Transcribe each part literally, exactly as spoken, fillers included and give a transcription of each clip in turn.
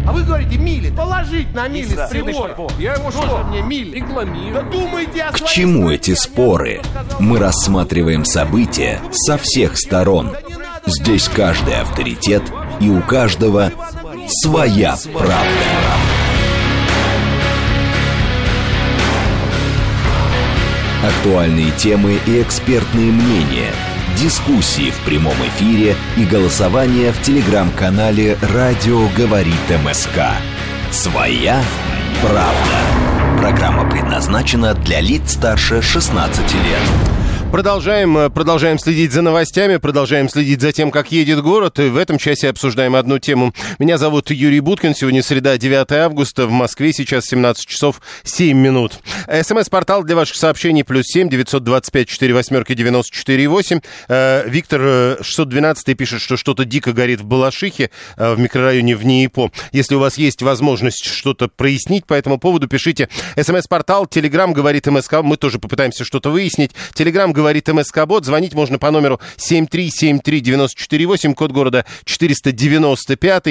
А вы говорите, мили. Положить на мили с прибора. Я его что? Тоже мне мили. Рекламирую. Да думайте о К своей чему стране, эти а не споры? то, что сказал Мы Путин. рассматриваем события со всех сторон. Здесь каждый авторитет, и у каждого своя правда. Актуальные темы и экспертные мнения, дискуссии в прямом эфире и голосование в телеграм-канале «Радио говорит МСК». Своя правда. Программа предназначена для лиц старше шестнадцати лет. Продолжаем, продолжаем следить за новостями, продолжаем следить за тем, как едет город. И в этом часе обсуждаем одну тему. Меня зовут Юрий Буткин. Сегодня среда, девятое августа. В Москве сейчас семнадцать часов семь минут. СМС-портал для ваших сообщений плюс семь девятьсот двадцать пять четыре восьмерки девяносто четыре восемь. Виктор шестьсот двенадцать пишет, что что-то дико горит в Балашихе, в микрорайоне в НИИПО. Если у вас есть возможность что-то прояснить по этому поводу, пишите. СМС-портал, Телеграм говорит МСК. Мы тоже попытаемся что-то выяснить. Телеграм говорит МСК-бот. Звонить можно по номеру семь три семь три девять четыре восемь, код города четыреста девяносто пять.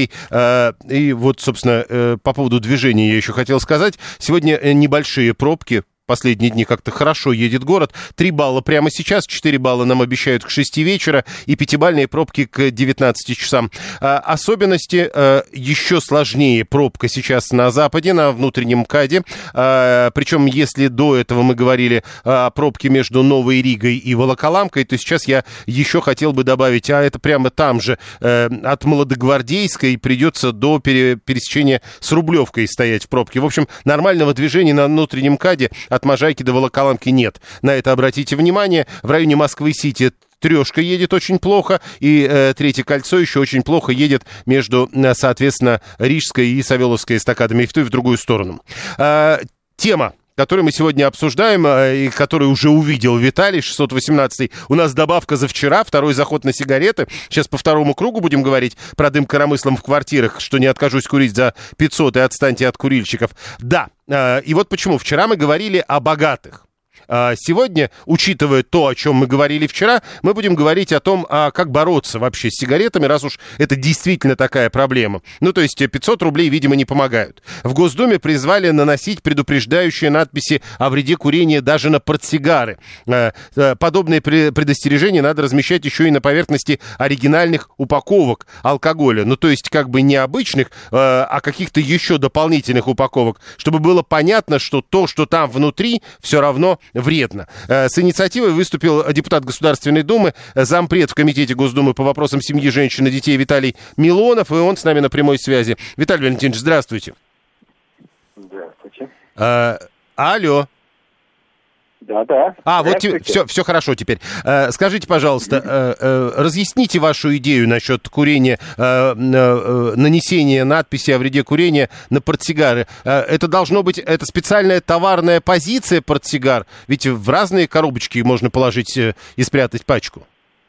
И вот, собственно, по поводу движения я еще хотел сказать. Сегодня небольшие пробки. Последние дни как-то хорошо едет город. Три балла прямо сейчас, четыре балла нам обещают к шести вечера и пятибалльные пробки к девятнадцати часам. А, особенности, а, еще сложнее пробка сейчас на западе, на внутреннем МКАДе. А, причем, если до этого мы говорили о пробке между Новой Ригой и Волоколамкой, то сейчас я еще хотел бы добавить, а это прямо там же, а, от Молодогвардейской придется до пере, пересечения с Рублевкой стоять в пробке. В общем, нормального движения на внутреннем МКАДе от Можайки до Волоколамки нет. На это обратите внимание. В районе Москвы-Сити Трешка едет очень плохо, и э, Третье кольцо еще очень плохо едет между, соответственно, Рижской и Савеловской эстакадами, и в ту, и в другую сторону. А, тема, которую мы сегодня обсуждаем, и который уже увидел Виталий, шестьсот восемнадцатый. У нас добавка за вчера, второй заход на сигареты. Сейчас по второму кругу будем говорить про дым коромыслом в квартирах, что не откажусь курить за пятьсот и отстаньте от курильщиков. Да, и вот почему. Вчера мы говорили о богатых. Сегодня, учитывая то, о чем мы говорили вчера, мы будем говорить о том, а как бороться вообще с сигаретами, раз уж это действительно такая проблема. Ну, то есть пятьсот рублей, видимо, не помогают. В Госдуме призвали наносить предупреждающие надписи о вреде курения даже на портсигары. Подобные предостережения надо размещать еще и на поверхности оригинальных упаковок алкоголя. Ну, то есть как бы не обычных, а каких-то еще дополнительных упаковок, чтобы было понятно, что то, что там внутри, все равно вредно. С инициативой выступил депутат Государственной Думы, зампред в Комитете Госдумы по вопросам семьи, женщин и детей Виталий Милонов, и он с нами на прямой связи. Виталий Валентинович, здравствуйте. Здравствуйте. А, алло. Да-да. А, вот те, все, все хорошо теперь. Э, скажите, пожалуйста, э, э, разъясните вашу идею насчет курения, э, э, нанесения надписи о вреде курения на портсигары. Э, это должно быть, это специальная товарная позиция портсигар? Ведь в разные коробочки можно положить э, и спрятать пачку.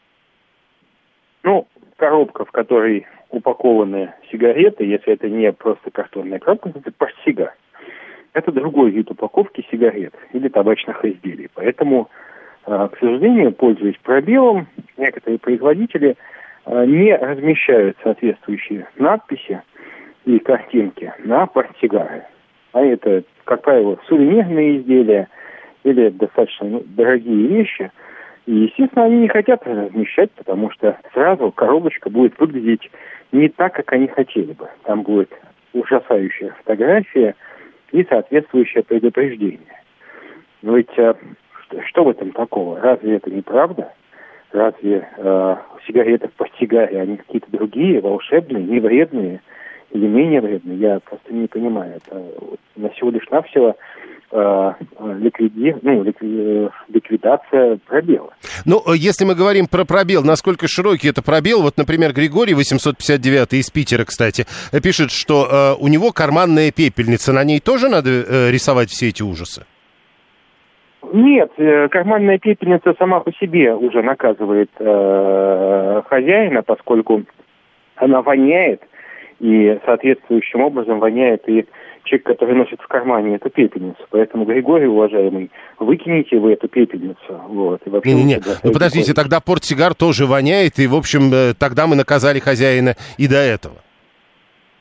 Ну, коробка, в которой упакованы сигареты, если это не просто картонная коробка, это портсигар. Это другой вид упаковки сигарет или табачных изделий. Поэтому, к сожалению, пользуясь пробелом, некоторые производители не размещают соответствующие надписи и картинки на портсигары. А это, как правило, сувенирные изделия или достаточно ну, дорогие вещи. И, естественно, они не хотят размещать, потому что сразу коробочка будет выглядеть не так, как они хотели бы. Там будет ужасающая фотография и соответствующее предупреждение. Но ведь а, что, что в этом такого? Разве это не правда? Разве а, сигареты в портсигаре, они какие-то другие, волшебные, не вредные или менее вредные? Я просто не понимаю. Это вот, на всего лишь навсего а, ликвиди... ну, ликви... ликвидация пробела. Ну, если мы говорим про пробел, насколько широкий это пробел, вот, например, Григорий восемьсот пятьдесят девятый из Питера, кстати, пишет, что э, у него карманная пепельница, на ней тоже надо э, рисовать все эти ужасы? Нет, э, карманная пепельница сама по себе уже наказывает э, хозяина, поскольку она воняет, и соответствующим образом воняет и человек, который носит в кармане эту пепельницу. Поэтому, Григорий, уважаемый, выкините вы эту пепельницу. Вот, и вообще не, не, не. Ну, подождите, тогда портсигар тоже воняет, и, в общем, тогда мы наказали хозяина и до этого.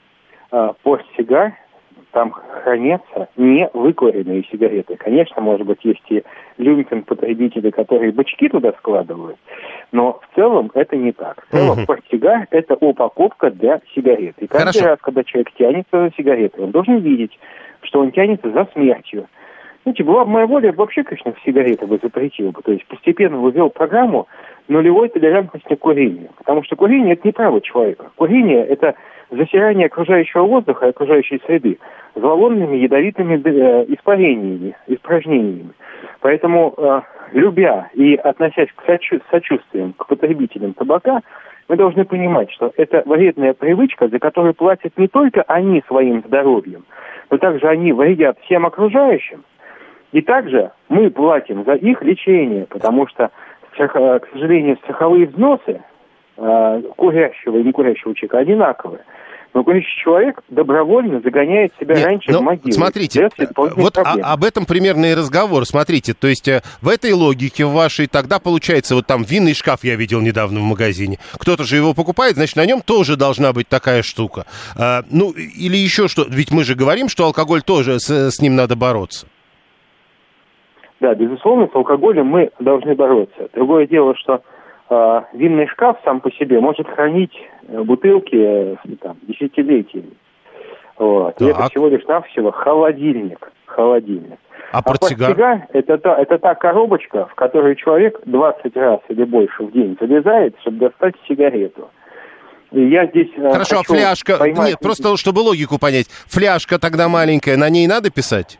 э, портсигар там хранятся не выкуренные сигареты. Конечно, может быть, есть и люмпинг-потребители, которые бычки туда складывают, но в целом это не так. В целом, uh-huh. портсигар – это упаковка для сигарет. И каждый Хорошо. раз, когда человек тянется за сигаретой, он должен видеть, что он тянется за смертью. Знаете, была бы моя воля, я бы вообще, конечно, сигареты бы запретил бы. То есть постепенно вывел программу нулевой толерантности к курению. Потому что курение – это не право человека. Курение – это засирание окружающего воздуха и окружающей среды зловонными ядовитыми э, испарениями, испражнениями. Поэтому, э, любя и относясь к сочу- сочувствием к потребителям табака, мы должны понимать, что это вредная привычка, за которую платят не только они своим здоровьем, но также они вредят всем окружающим. И также мы платим за их лечение, потому что, к сожалению, страховые взносы э, курящего и некурящего человека одинаковые. Но курящий человек добровольно загоняет себя Нет, раньше ну, в могилу. Смотрите, вот а, об этом примерно и разговор. Смотрите, то есть э, в этой логике вашей тогда получается, вот там винный шкаф я видел недавно в магазине. Кто-то же его покупает, значит, на нем тоже должна быть такая штука. Э, ну, или еще что, ведь мы же говорим, что алкоголь тоже, с, с ним надо бороться. Да, безусловно, с алкоголем мы должны бороться. Другое дело, что э, винный шкаф сам по себе может хранить бутылки э, там, десятилетиями. Вот. И это всего лишь навсего холодильник. холодильник. А, а портсигар? портсигар это та, это та коробочка, в которой человек двадцать раз или больше в день залезает, чтобы достать сигарету. И я здесь Хорошо, а фляжка, поймать... нет, просто чтобы логику понять, фляжка тогда маленькая, на ней надо писать?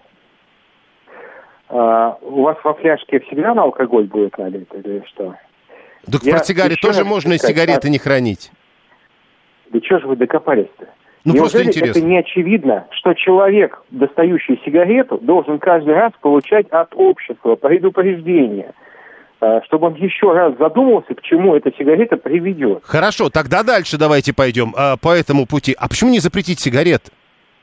А, у вас во фляжке всегда на алкоголь будет налит или что? Так в портсигаре тоже можно сказать, сигареты а... не хранить. Да что же вы докопались-то? Ну, Неужели просто интересно. Это не очевидно, что человек, достающий сигарету, должен каждый раз получать от общества предупреждение, чтобы он еще раз задумался, к чему эта сигарета приведет. Хорошо, тогда дальше давайте пойдем а, по этому пути. А почему не запретить сигареты?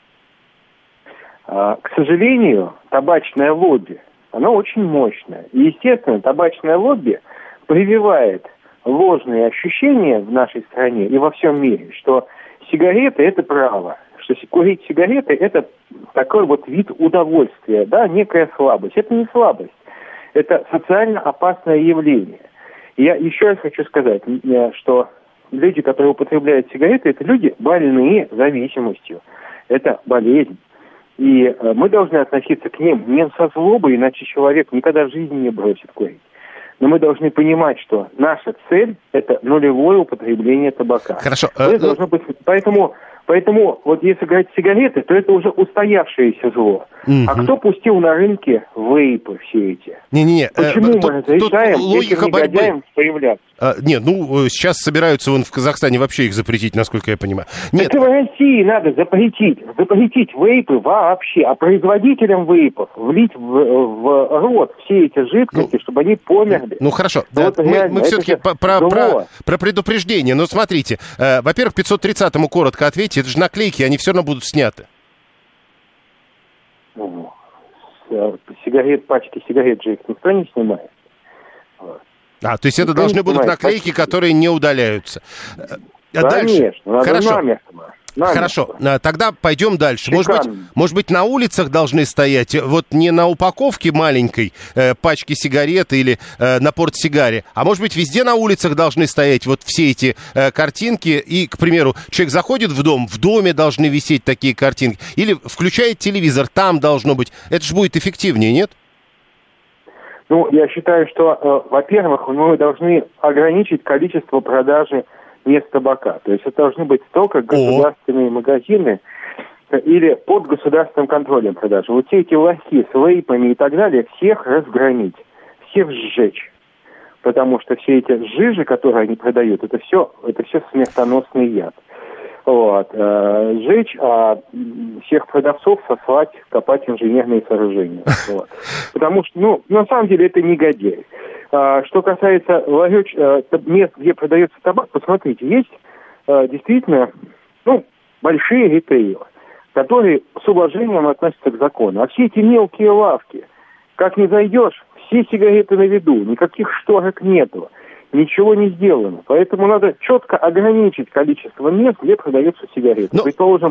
А, к сожалению, табачное лобби, оно очень мощное. И, естественно, табачное лобби прививает ложные ощущения в нашей стране и во всем мире, что сигареты – это право, что курить сигареты – это такой вот вид удовольствия, да, некая слабость. Это не слабость, это социально опасное явление. И я еще раз хочу сказать, что люди, которые употребляют сигареты, это люди больные зависимостью, это болезнь. И мы должны относиться к ним не со злобой, иначе человек никогда в жизни не бросит курить. Но мы должны понимать, что наша цель – это нулевое употребление табака. Хорошо. Это должно быть... Поэтому, поэтому вот если говорить сигареты, то это уже устоявшееся зло. Mm-hmm. А кто пустил на рынке вейпы все эти? Не-не-не. Почему э, мы разрешаем этим негодяям появляться? А, нет, ну, сейчас собираются вон в Казахстане вообще их запретить, насколько я понимаю. Нет. Это в России надо запретить. Запретить вейпы вообще. А производителям вейпов влить в, в рот все эти жидкости, ну, чтобы они померли. Ну, хорошо. Вот да, мы мы все-таки про, про, про предупреждение. Но смотрите. Э, во-первых, пятьсот тридцатому коротко ответьте. Это же наклейки, они все равно будут сняты. Ну, сигарет, пачки сигарет же их никто не снимает. Вот. А, то есть это никто должны будут наклейки, пачки, которые не удаляются. А конечно, надо Хорошо. намертво. Намертво. Хорошо, тогда пойдем дальше. Может быть, может быть, на улицах должны стоять, вот не на упаковке маленькой э, пачки сигарет или э, на портсигаре, а может быть, везде на улицах должны стоять вот все эти э, картинки. И, к примеру, человек заходит в дом, в доме должны висеть такие картинки. Или включает телевизор, там должно быть. Это же будет эффективнее, нет? Ну, я считаю, что, э, во-первых, мы должны ограничить количество продажи мест табака. То есть это должны быть только государственные О. магазины или под государственным контролем продажи. Вот все эти лохи с вейпами и так далее, всех разгромить, всех сжечь. Потому что все эти жижи, которые они продают, это все, это все смертоносный яд. Вот. Сжечь, а всех продавцов сослать, копать инженерные сооружения. Вот. Потому что, ну, на самом деле это негодяй. Что касается ларёч, мест, где продается табак, посмотрите, есть действительно, ну, большие ритейлы, которые с уважением относятся к закону. А все эти мелкие лавки, как ни зайдешь, все сигареты на виду, никаких шторок нету, ничего не сделано. Поэтому надо четко ограничить количество мест, где продаются сигареты. Но... Предположим,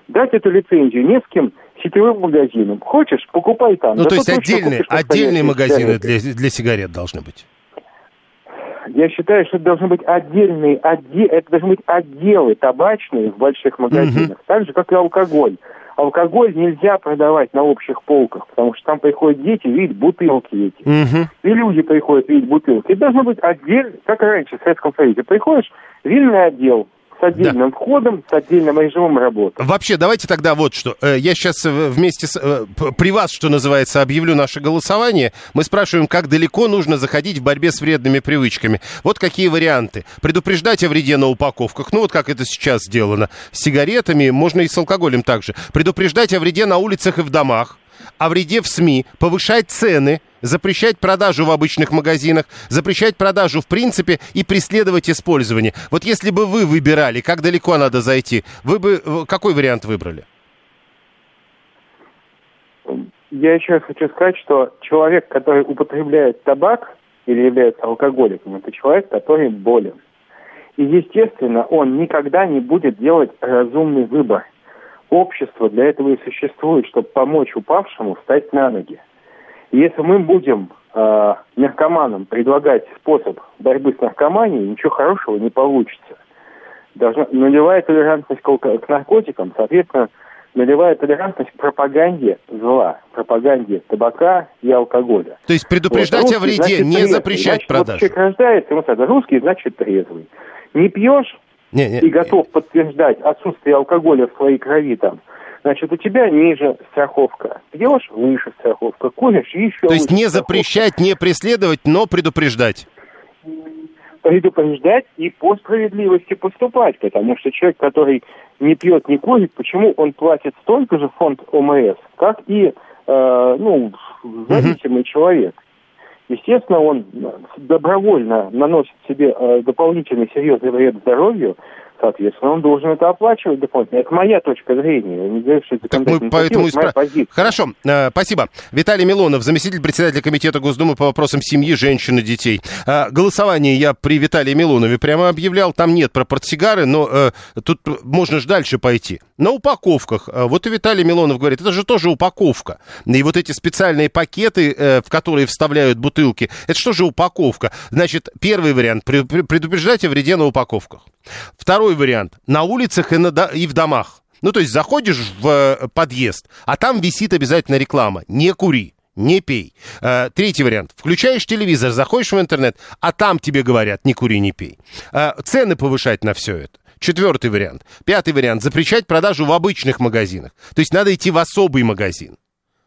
дать эту лицензию нескольким сетевым магазинам. Хочешь, покупай там. Ну, Зато то есть точно отдельные, купишь отдельные магазины сигареты. для, для сигарет должны быть? Я считаю, что это должны быть отдельные, отде... это должны быть отделы табачные в больших магазинах, mm-hmm. так же, как и алкоголь. Алкоголь нельзя продавать на общих полках, потому что там приходят дети видеть бутылки эти. Mm-hmm. И люди приходят видеть бутылки. Это должно быть отдельно, как раньше в Советском Союзе. Приходишь, винный отдел с отдельным да. входом, с отдельным режимом работы. Вообще, давайте тогда вот что. Я сейчас вместе с, при вас, что называется, объявлю наше голосование. Мы спрашиваем, как далеко нужно заходить в борьбе с вредными привычками. Вот какие варианты. Предупреждать о вреде на упаковках. Ну, вот как это сейчас сделано. С сигаретами, можно и с алкоголем также. Предупреждать о вреде на улицах и в домах. О вреде в СМИ, повышать цены, запрещать продажу в обычных магазинах, запрещать продажу в принципе и преследовать использование. Вот если бы вы выбирали, как далеко надо зайти, вы бы какой вариант выбрали? Я еще раз хочу сказать, что человек, который употребляет табак или является алкоголиком, это человек, который болен. И, естественно, он никогда не будет делать разумный выбор. Общество для этого и существует, чтобы помочь упавшему встать на ноги. И если мы будем э, наркоманам предлагать способ борьбы с наркоманией, ничего хорошего не получится. Должна, нулевая толерантность к, к наркотикам, соответственно, нулевая толерантность к пропаганде зла, пропаганде табака и алкоголя. То есть предупреждать вот, о вреде, значит, не трезвый. Запрещать значит, продажу. Вот человек рождается, ему сказать, русский значит трезвый. Не пьешь, Не, не, и готов подтверждать отсутствие алкоголя в своей крови там, значит, у тебя ниже страховка. Пьешь — выше страховка. Куришь — еще выше. То есть не страховка. Запрещать, не преследовать, но предупреждать. Предупреждать и по справедливости поступать, потому что человек, который не пьет, не курит, почему он платит столько же фонд ОМС, как и, э, ну, зависимый mm-hmm. человек. Естественно, он добровольно наносит себе э, дополнительный серьезный вред здоровью, соответственно, он должен это оплачивать дополнительно. Это моя точка зрения. Я не говорю, что это мы поэтому испра... Хорошо, э, спасибо. Виталий Милонов, заместитель председателя комитета Госдумы по вопросам семьи, женщин и детей. Э, голосование я при Виталии Милонове прямо объявлял. Там нет про портсигары, но э, тут можно же дальше пойти. На упаковках. Э, вот и Виталий Милонов говорит, это же тоже упаковка. И вот эти специальные пакеты, э, в которые вставляют бутылки, это что же упаковка? Значит, первый вариант, предупреждать о вреде на упаковках. Второй вариант. На улицах и, на, и в домах. Ну, то есть заходишь в подъезд, а там висит обязательно реклама. Не кури, не пей. Э, третий вариант. Включаешь телевизор, заходишь в интернет, а там тебе говорят, не кури, не пей. Э, цены повышать на все это. Четвертый вариант. Пятый вариант. Запрещать продажу в обычных магазинах. То есть надо идти в особый магазин.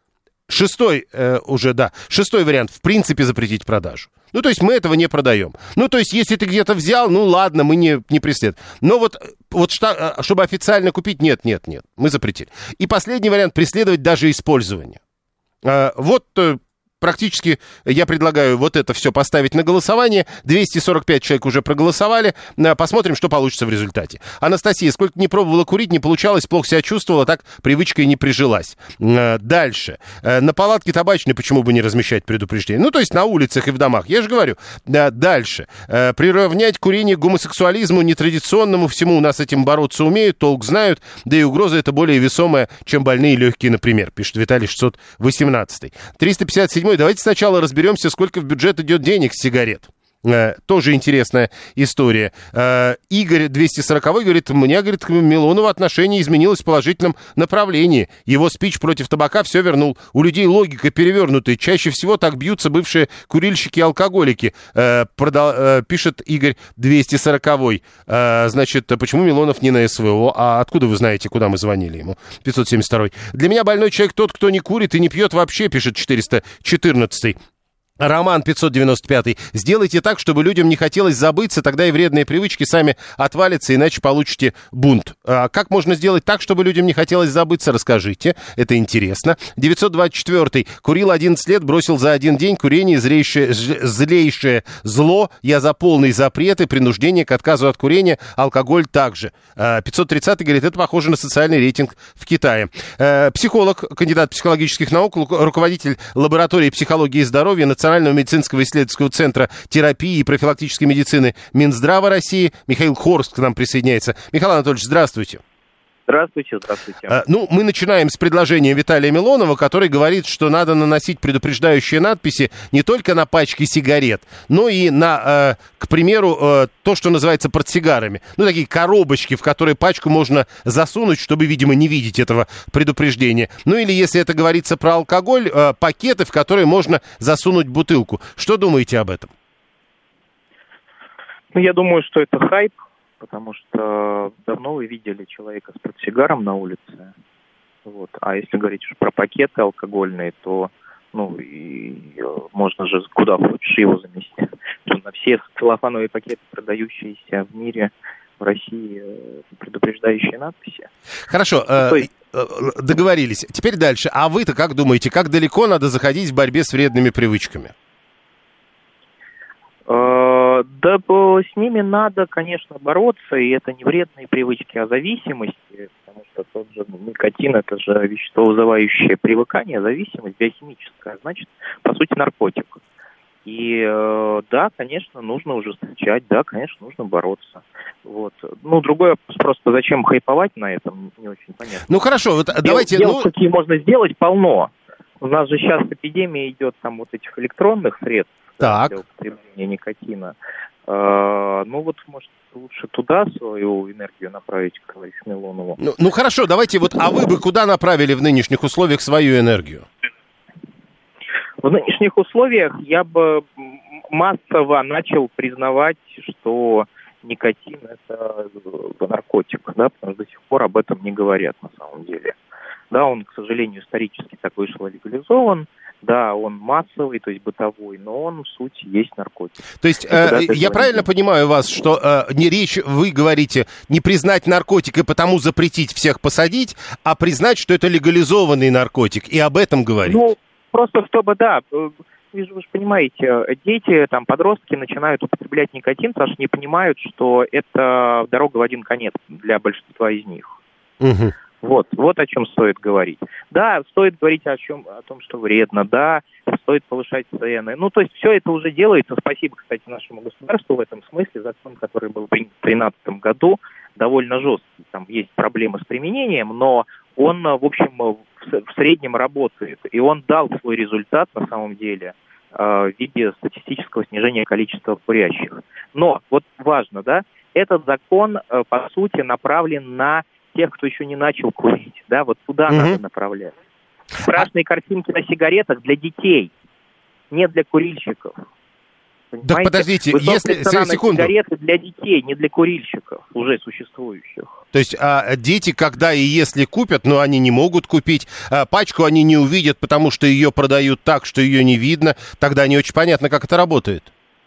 Шестой э, уже, да. Шестой вариант. В принципе запретить продажу. Ну, то есть мы этого не продаем. Ну, то есть если ты где-то взял, ну, ладно, мы не, не преследуем. Но вот, вот что, чтобы официально купить, нет, нет, нет. Мы запретили. И последний вариант. Преследовать даже использование. Э, вот... Практически я предлагаю вот это все поставить на голосование. двести сорок пять человек уже проголосовали. Посмотрим, что получится в результате. Анастасия, сколько не пробовала курить, не получалось, плохо себя чувствовала, так привычка и не прижилась. Дальше. На палатке табачной почему бы не размещать предупреждение? Ну, то есть на улицах и в домах. Я же говорю. Дальше. Приравнять курение к гомосексуализму, нетрадиционному всему. У нас с этим бороться умеют, толк знают. Да и угроза это более весомая, чем больные легкие, например, пишет Виталий шестьсот восемнадцать. триста пятьдесят семь. Давайте сначала разберемся, сколько в бюджет идет денег с сигарет. Э, тоже интересная история. Э, Игорь двести сорок говорит, у меня, говорит, к Милонову отношение изменилось в положительном направлении. Его спич против табака все вернул. У людей логика перевернутая. Чаще всего так бьются бывшие курильщики и алкоголики. Э, продал, э, пишет Игорь двести сорок. Э, значит, почему Милонов не на СВО? А откуда вы знаете, куда мы звонили ему? пятьсот семьдесят два. Для меня больной человек тот, кто не курит и не пьет вообще, пишет четыреста четырнадцать. Роман пятьсот девяносто пять. Сделайте так, чтобы людям не хотелось забыться, тогда и вредные привычки сами отвалятся, иначе получите бунт. А как можно сделать так, чтобы людям не хотелось забыться? Расскажите, это интересно. девятьсот двадцать четыре. Курил одиннадцать лет, бросил за один день. Курение злейшее, злейшее зло. Я за полный запрет и принуждение к отказу от курения. Алкоголь также. пятьсот тридцать говорит, это похоже на социальный рейтинг в Китае. Психолог, кандидат психологических наук, руководитель лаборатории психологии и здоровья Национального медицинского исследовательского центра терапии и профилактической медицины Минздрава России Михаил Хорст к нам присоединяется. Михаил Анатольевич, здравствуйте. Здравствуйте, здравствуйте. А, ну, мы начинаем с предложения Виталия Милонова, который говорит, что надо наносить предупреждающие надписи не только на пачке сигарет, но и на, э, к примеру, э, то, что называется портсигарами. Ну, такие коробочки, в которые пачку можно засунуть, чтобы, видимо, не видеть этого предупреждения. Ну, или, если это говорится про алкоголь, э, пакеты, в которые можно засунуть бутылку. Что думаете об этом? Ну, я думаю, что это хайп. Потому что давно вы видели человека с портсигаром на улице. Вот. А если говорить уж про пакеты алкогольные, то ну, и, и, можно же куда хочешь его заместить. На все целлофановые пакеты, продающиеся в мире, в России, предупреждающие надписи. Хорошо, ну, то есть... договорились. Теперь дальше. А вы-то как думаете, как далеко надо заходить в борьбе с вредными привычками? Да, с ними надо, конечно, бороться, и это не вредные привычки, а зависимости, потому что тот же никотин, это же вещество, вызывающее привыкание, зависимость биохимическая, значит, по сути, наркотик. И да, конечно, нужно ужесточать, да, конечно, нужно бороться. Вот. Ну, другой вопрос, просто зачем хайповать на этом, не очень понятно. Ну, хорошо, вот Дел, давайте... Дел, ну... какие можно сделать, полно. У нас же сейчас эпидемия идет там вот этих электронных средств, так. Для употребления никотина. А, ну вот, может, лучше туда свою энергию направить, к товарищу Милонову. Ну, ну хорошо, давайте вот, а вы бы куда направили в нынешних условиях свою энергию? В нынешних условиях я бы массово начал признавать, что никотин – это наркотик, да, потому что до сих пор об этом не говорят на самом деле. Да, он, к сожалению, исторически так вышел легализован. Да, он массовый, то есть бытовой, но он в сути есть наркотик. То есть э, я правильно понимаю вас, что э, не речь, вы говорите, не признать наркотик и потому запретить всех посадить, а признать, что это легализованный наркотик, и об этом говорить? Ну, просто чтобы, да, вы же, вы же понимаете, дети, там, подростки начинают употреблять никотин, потому что не понимают, что это дорога в один конец для большинства из них. Угу. Вот, вот о чем стоит говорить. Да, стоит говорить о чем, о том, что вредно, да, стоит повышать цены. Ну, то есть все это уже делается. Спасибо, кстати, нашему государству в этом смысле. Закон, который был принят в две тысячи тринадцатом году, довольно жесткий. Там есть проблемы с применением, но он, в общем, в среднем работает. И он дал свой результат, на самом деле, в виде статистического снижения количества курящих. Но, вот важно, да, этот закон, по сути, направлен на тех, кто еще не начал курить, да, вот туда mm-hmm. надо направлять. Страшные картинки на сигаретах для детей, не для курильщиков. Понимаете? Да подождите, если... цена секунду. на сигареты для детей, не для курильщиков, уже существующих. То есть а, дети, когда и если купят, но они не могут купить, а, пачку они не увидят, потому что ее продают так, что ее не видно, тогда не очень понятно, как это работает.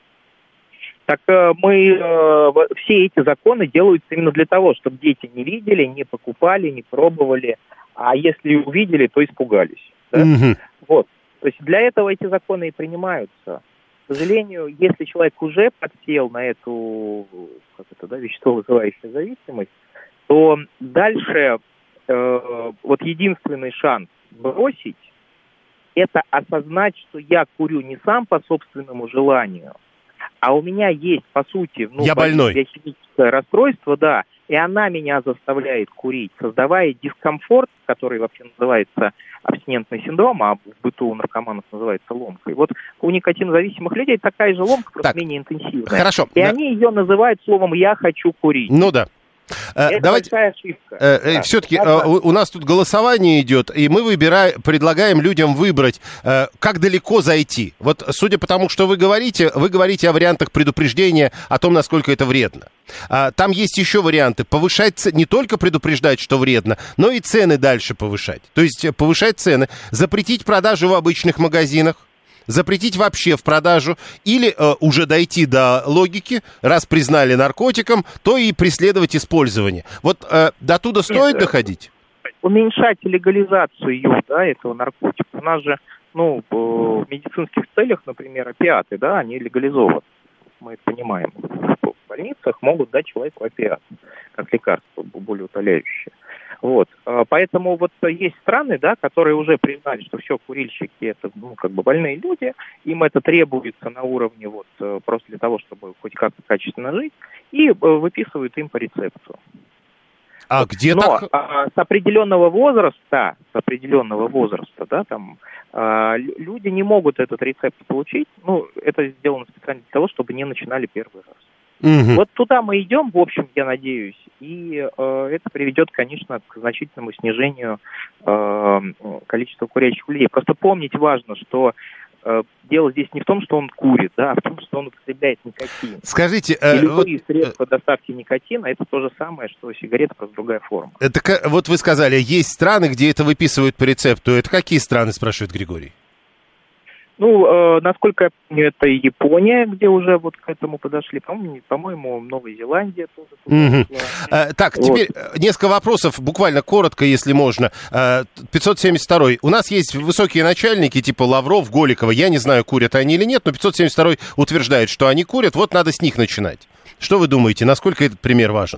Так э, мы, э, все эти законы делаются именно для того, чтобы дети не видели, не покупали, не пробовали, а если увидели, то испугались. Да? Mm-hmm. Вот. То есть для этого эти законы и принимаются. К сожалению, если человек уже подсел на эту, как это, да, вещество, вызывающее зависимость, то дальше э, вот единственный шанс бросить – это осознать, что я курю не сам по собственному желанию, а у меня есть, по сути, ну, я больной. Биохимическое расстройство, да, и она меня заставляет курить, создавая дискомфорт, который вообще называется абстинентный синдром, а в быту у наркоманов называется ломкой. Вот у никотинозависимых людей такая же ломка, просто так, менее интенсивная. Хорошо. И да. они ее называют словом «я хочу курить». Ну да. Это Давайте, большая ошибка. Э, да. Все-таки э, у нас тут голосование идет, и мы выбираем, предлагаем людям выбрать, э, как далеко зайти. Вот судя по тому, что вы говорите, вы говорите о вариантах предупреждения, о том, насколько это вредно. А, там есть еще варианты. Повышать, не только предупреждать, что вредно, но и цены дальше повышать. То есть повышать цены, запретить продажу в обычных магазинах, запретить вообще в продажу, или э, уже дойти до логики, раз признали наркотиком, то и преследовать использование. Вот э, до туда стоит Нет, доходить? Уменьшать легализацию, да, этого наркотика. У нас же, ну, в медицинских целях, например, опиаты, да, они легализованы. Мы это понимаем. В больницах могут дать человеку опиат, как лекарство, более утоляющее. Вот, поэтому вот есть страны, да, которые уже признали, что все, курильщики это, ну, как бы больные люди, им это требуется на уровне вот просто для того, чтобы хоть как-то качественно жить, и выписывают им по рецепту. А вот, где но, так? А, с определенного возраста, с определенного возраста, да, там, а, люди не могут этот рецепт получить. Ну, это сделано специально для того, чтобы не начинали первый раз. Угу. Вот туда мы идем, в общем, я надеюсь, и э, это приведет, конечно, к значительному снижению э, количества курящих людей. Просто помнить важно, что э, дело здесь не в том, что он курит, да, а в том, что он употребляет никотин. Скажите... И любые вот... средства доставки никотина, это то же самое, что сигарета, просто другая форма. Это, вот вы сказали, есть страны, где это выписывают по рецепту. Это какие страны, спрашивает Григорий? Ну, э, насколько я помню, это Япония, где уже вот к этому подошли. По-моему, по-моему Новая Зеландия тоже. Mm-hmm. А, так, вот. Теперь несколько вопросов, буквально коротко, если можно. А, пятьсот семьдесят второй. У нас есть высокие начальники, типа Лавров, Голикова. Я не знаю, курят они или нет, но пятьсот семьдесят второй утверждает, что они курят. Вот надо с них начинать. Что вы думаете, насколько этот пример важен?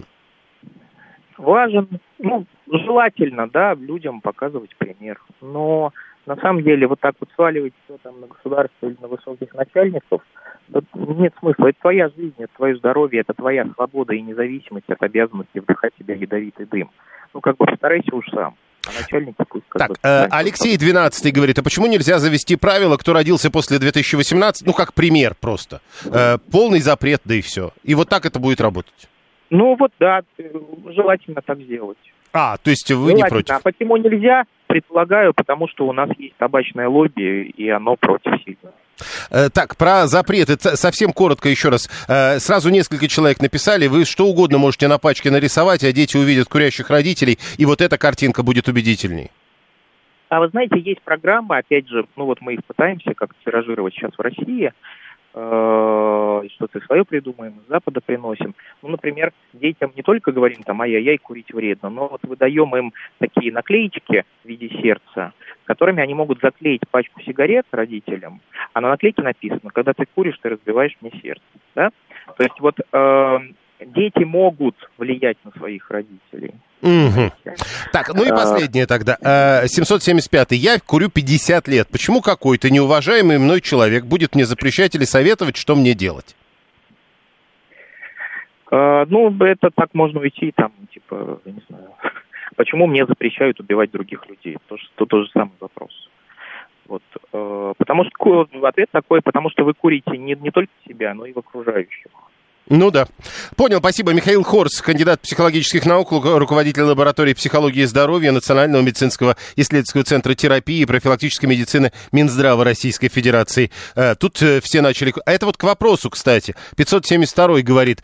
Важен. Ну, желательно, да, людям показывать пример. Но... На самом деле, вот так вот сваливать все там на государство или на высоких начальников, нет смысла. Это твоя жизнь, это твое здоровье, это твоя свобода и независимость от обязанности вдыхать в себя ядовитый дым. Ну, как бы постарайся уж сам. А начальники пусть как так, бы... э, Алексей двенадцатый говорит, а почему нельзя завести правило, кто родился после две тысячи восемнадцатого, ну, как пример просто. Э, полный запрет, да и все. И вот так это будет работать. Ну, вот да, желательно так сделать. А, то есть вы желательно. не против? А почему нельзя? Предполагаю, потому что у нас есть табачное лобби, и оно против сильно. Э, так, про запреты совсем коротко еще раз. Э, сразу несколько человек написали, вы что угодно можете на пачке нарисовать, а дети увидят курящих родителей, и вот эта картинка будет убедительней. А вы знаете, есть программы, опять же, ну вот мы их пытаемся как-то тиражировать сейчас в России, что-то свое придумаем, с Запада приносим. Ну, например, детям не только говорим там ай-яй-яй, курить вредно, но вот выдаем им такие наклеечки в виде сердца, которыми они могут заклеить пачку сигарет родителям, а на наклейке написано, когда ты куришь, ты разбиваешь мне сердце. Да? То есть вот э, дети могут влиять на своих родителей. Угу. Так, ну и последнее тогда. семьсот семьдесят пятый. Я курю пятьдесят лет. Почему какой-то неуважаемый мной человек будет мне запрещать или советовать, что мне делать? А, ну, это так можно уйти, там, типа, я не знаю. Почему мне запрещают убивать других людей? Это тот, тот же самый вопрос. Вот, э, потому что ответ такой, потому что вы курите не, не только себя, но и в окружающих. Ну да. Понял, спасибо. Михаил Хорс, кандидат психологических наук, руководитель лаборатории психологии и здоровья Национального медицинского исследовательского центра терапии и профилактической медицины Минздрава Российской Федерации. Тут все начали... А это вот к вопросу, кстати. пятьсот семьдесят второй говорит,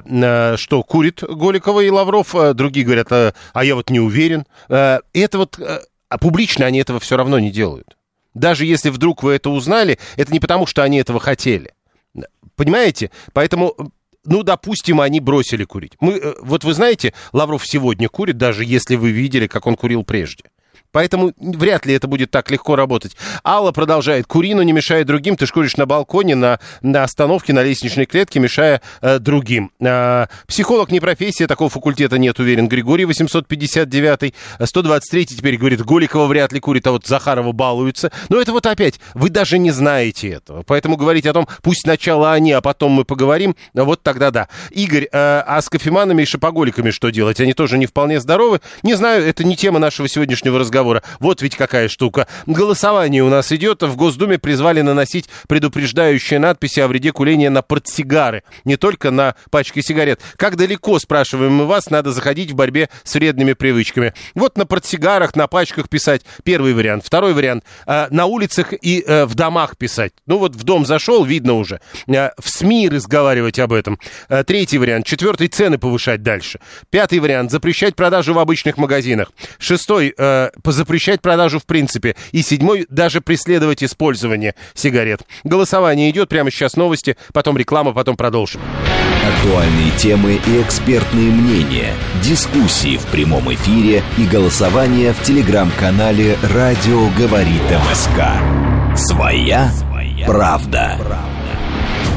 что курит Голикова и Лавров, другие говорят, а я вот не уверен. И это вот... А публично они этого все равно не делают. Даже если вдруг вы это узнали, это не потому, что они этого хотели. Понимаете? Поэтому... Ну, допустим, они бросили курить. Мы, вот вы знаете, Лавров сегодня курит, даже если вы видели, как он курил прежде. Поэтому вряд ли это будет так легко работать. Алла продолжает. Кури, но не мешая другим. Ты ж куришь на балконе, на, на остановке, на лестничной клетке, мешая э, другим. Э, психолог не профессия, такого факультета нет, уверен. Григорий восемьсот пятьдесят девятый. сто двадцать третий теперь говорит, Голикова вряд ли курит, а вот Захарова балуется. Но это вот опять, вы даже не знаете этого. Поэтому говорить о том, пусть сначала они, а потом мы поговорим, вот тогда да. Игорь, э, а с кофеманами и шопоголиками что делать? Они тоже не вполне здоровы? Не знаю, это не тема нашего сегодняшнего разговора. Вот ведь какая штука. Голосование у нас идет. В Госдуме призвали наносить предупреждающие надписи о вреде курения на портсигары, не только на пачке сигарет. Как далеко, спрашиваем мы вас, надо заходить в борьбе с вредными привычками? Вот на портсигарах, на пачках писать. Первый вариант. Второй вариант. Э, на улицах и э, в домах писать. Ну вот в дом зашел, видно уже. Э, в СМИ разговаривать об этом. Э, третий вариант. Четвертый. Цены повышать дальше. Пятый вариант. Запрещать продажу в обычных магазинах. Шестой. Э, запрещать продажу в принципе. И седьмой, даже преследовать использование сигарет. Голосование идет, прямо сейчас новости, потом реклама, потом продолжим. Актуальные темы и экспертные мнения, дискуссии в прямом эфире и голосование в телеграм-канале «Радио говорит МСК». Своя правда.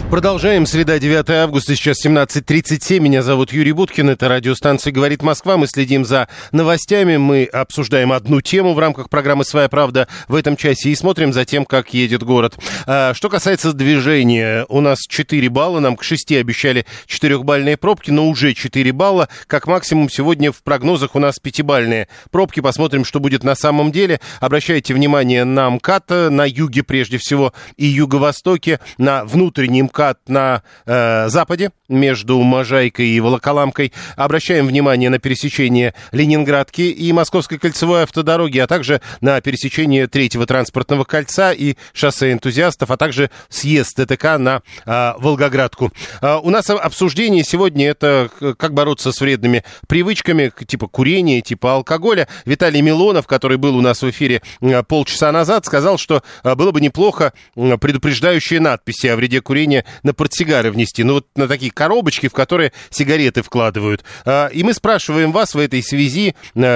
Продолжаем. Среда, девятое августа, сейчас семнадцать тридцать семь. Меня зовут Юрий Буткин. Это радиостанция «Говорит Москва». Мы следим за новостями. Мы обсуждаем одну тему в рамках программы «Своя правда» в этом часе и смотрим за тем, как едет город. А, что касается движения, у нас четыре балла. Нам к шести обещали четырехбальные пробки, но уже четыре балла. Как максимум сегодня в прогнозах у нас пятибальные пробки. Посмотрим, что будет на самом деле. Обращайте внимание на МКАД, на юге прежде всего и юго-востоке, на внутренний МКАД на э, западе между Можайкой и Волоколамкой. Обращаем внимание на пересечение Ленинградки и Московской кольцевой автодороги, а также на пересечение Третьего транспортного кольца и шоссе энтузиастов, а также съезд ТТК на э, Волгоградку. Э, у нас обсуждение сегодня — это как бороться с вредными привычками, типа курения, типа алкоголя. Виталий Милонов, который был у нас в эфире э, полчаса назад, сказал, что э, было бы неплохо э, предупреждающие надписи о вреде курения на портсигары внести, ну вот на такие коробочки, в которые сигареты вкладывают. И мы спрашиваем вас в этой связи,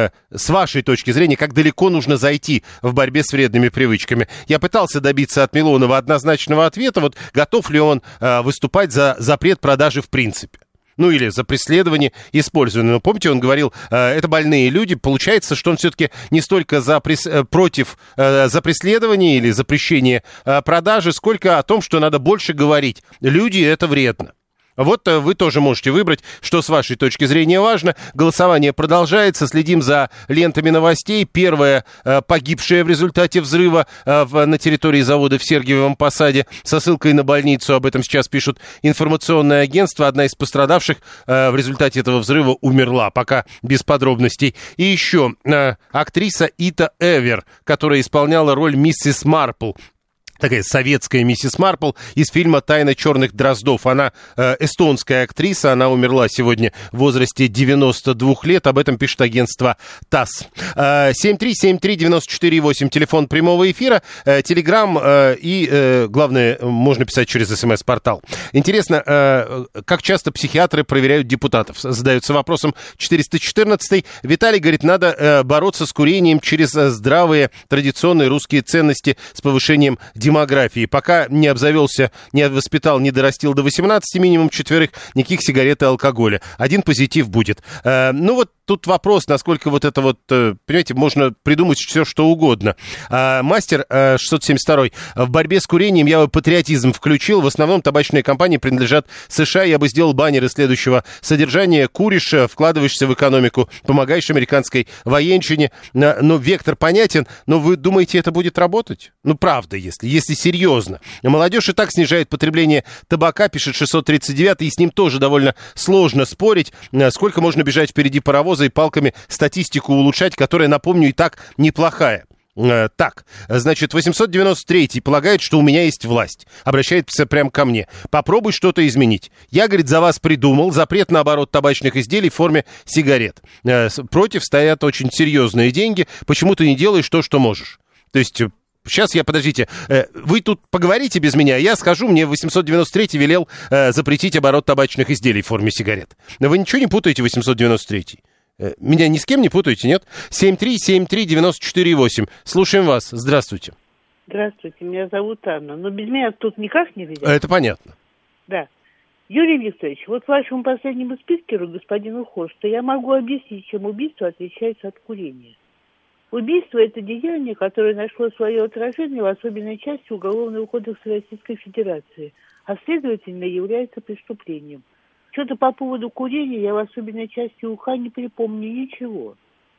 с вашей точки зрения, как далеко нужно зайти в борьбе с вредными привычками. Я пытался добиться от Милонова однозначного ответа, вот готов ли он выступать за запрет продажи в принципе. Ну, или за преследование использования. Но помните, он говорил, э, это больные люди. Получается, что он все-таки не столько за прес... против э, за преследование или запрещение э, продажи, сколько о том, что надо больше говорить. Люди — это вредно. Вот вы тоже можете выбрать, что с вашей точки зрения важно. Голосование продолжается. Следим за лентами новостей. Первая э, погибшая в результате взрыва э, в, на территории завода в Сергиевом Посаде. Со ссылкой на больницу. Об этом сейчас пишут информационное агентство. Одна из пострадавших э, в результате этого взрыва умерла. Пока без подробностей. И еще э, актриса Ита Эвер, которая исполняла роль миссис Марпл. Такая советская миссис Марпл из фильма «Тайна черных дроздов». Она э, эстонская актриса, она умерла сегодня в возрасте девяноста двух лет. Об этом пишет агентство ТАСС. Э, семь три семь три девять четыре восемь, телефон прямого эфира, э, телеграм э, и, э, главное, можно писать через СМС-портал. Интересно, э, как часто психиатры проверяют депутатов? Задаются вопросом четыреста четырнадцатый. Виталий говорит, надо э, бороться с курением через здравые традиционные русские ценности с повышением демографии. демографии. Пока не обзавелся, не воспитал, не дорастил до восемнадцати, минимум четверых, никаких сигарет и алкоголя. Один позитив будет. Э, ну вот тут вопрос, насколько вот это вот, э, понимаете, можно придумать все, что угодно. Э, мастер э, шестьсот семьдесят второй. В борьбе с курением я бы патриотизм включил. В основном табачные компании принадлежат США. Я бы сделал баннеры следующего содержания. Куришь, вкладываешься в экономику, помогаешь американской военщине. Но вектор понятен. Но вы думаете, это будет работать? Ну, правда, если, если серьезно. Молодежь и так снижает потребление табака, пишет шестьсот тридцать девятый, и с ним тоже довольно сложно спорить. Сколько можно бежать впереди паровоза и палками статистику улучшать, которая, напомню, и так неплохая. Так, значит, восемьсот девяносто третий полагает, что у меня есть власть. Обращается прямо ко мне. Попробуй что-то изменить. Я, говорит, за вас придумал запрет на оборот табачных изделий в форме сигарет. Против стоят очень серьезные деньги. Почему ты не делаешь то, что можешь? То есть... Сейчас я, подождите, вы тут поговорите без меня, я схожу, мне восемьсот девяносто третий велел э, запретить оборот табачных изделий в форме сигарет. Вы ничего не путаете, восемьсот девяносто третий? Меня ни с кем не путаете, нет? семь три семь три девять четыре восемь. Слушаем вас. Здравствуйте. Здравствуйте, меня зовут Анна. Но без меня тут никак не ведет. Это понятно. Да. Юрий Викторович, вот вашему последнему спикеру, господину Хорсту, я могу объяснить, чем убийство отличается от курения. Убийство – это деяние, которое нашло свое отражение в особенной части Уголовного кодекса Российской Федерации, а следовательно является преступлением. Что-то по поводу курения я в особенной части УК не припомню ничего.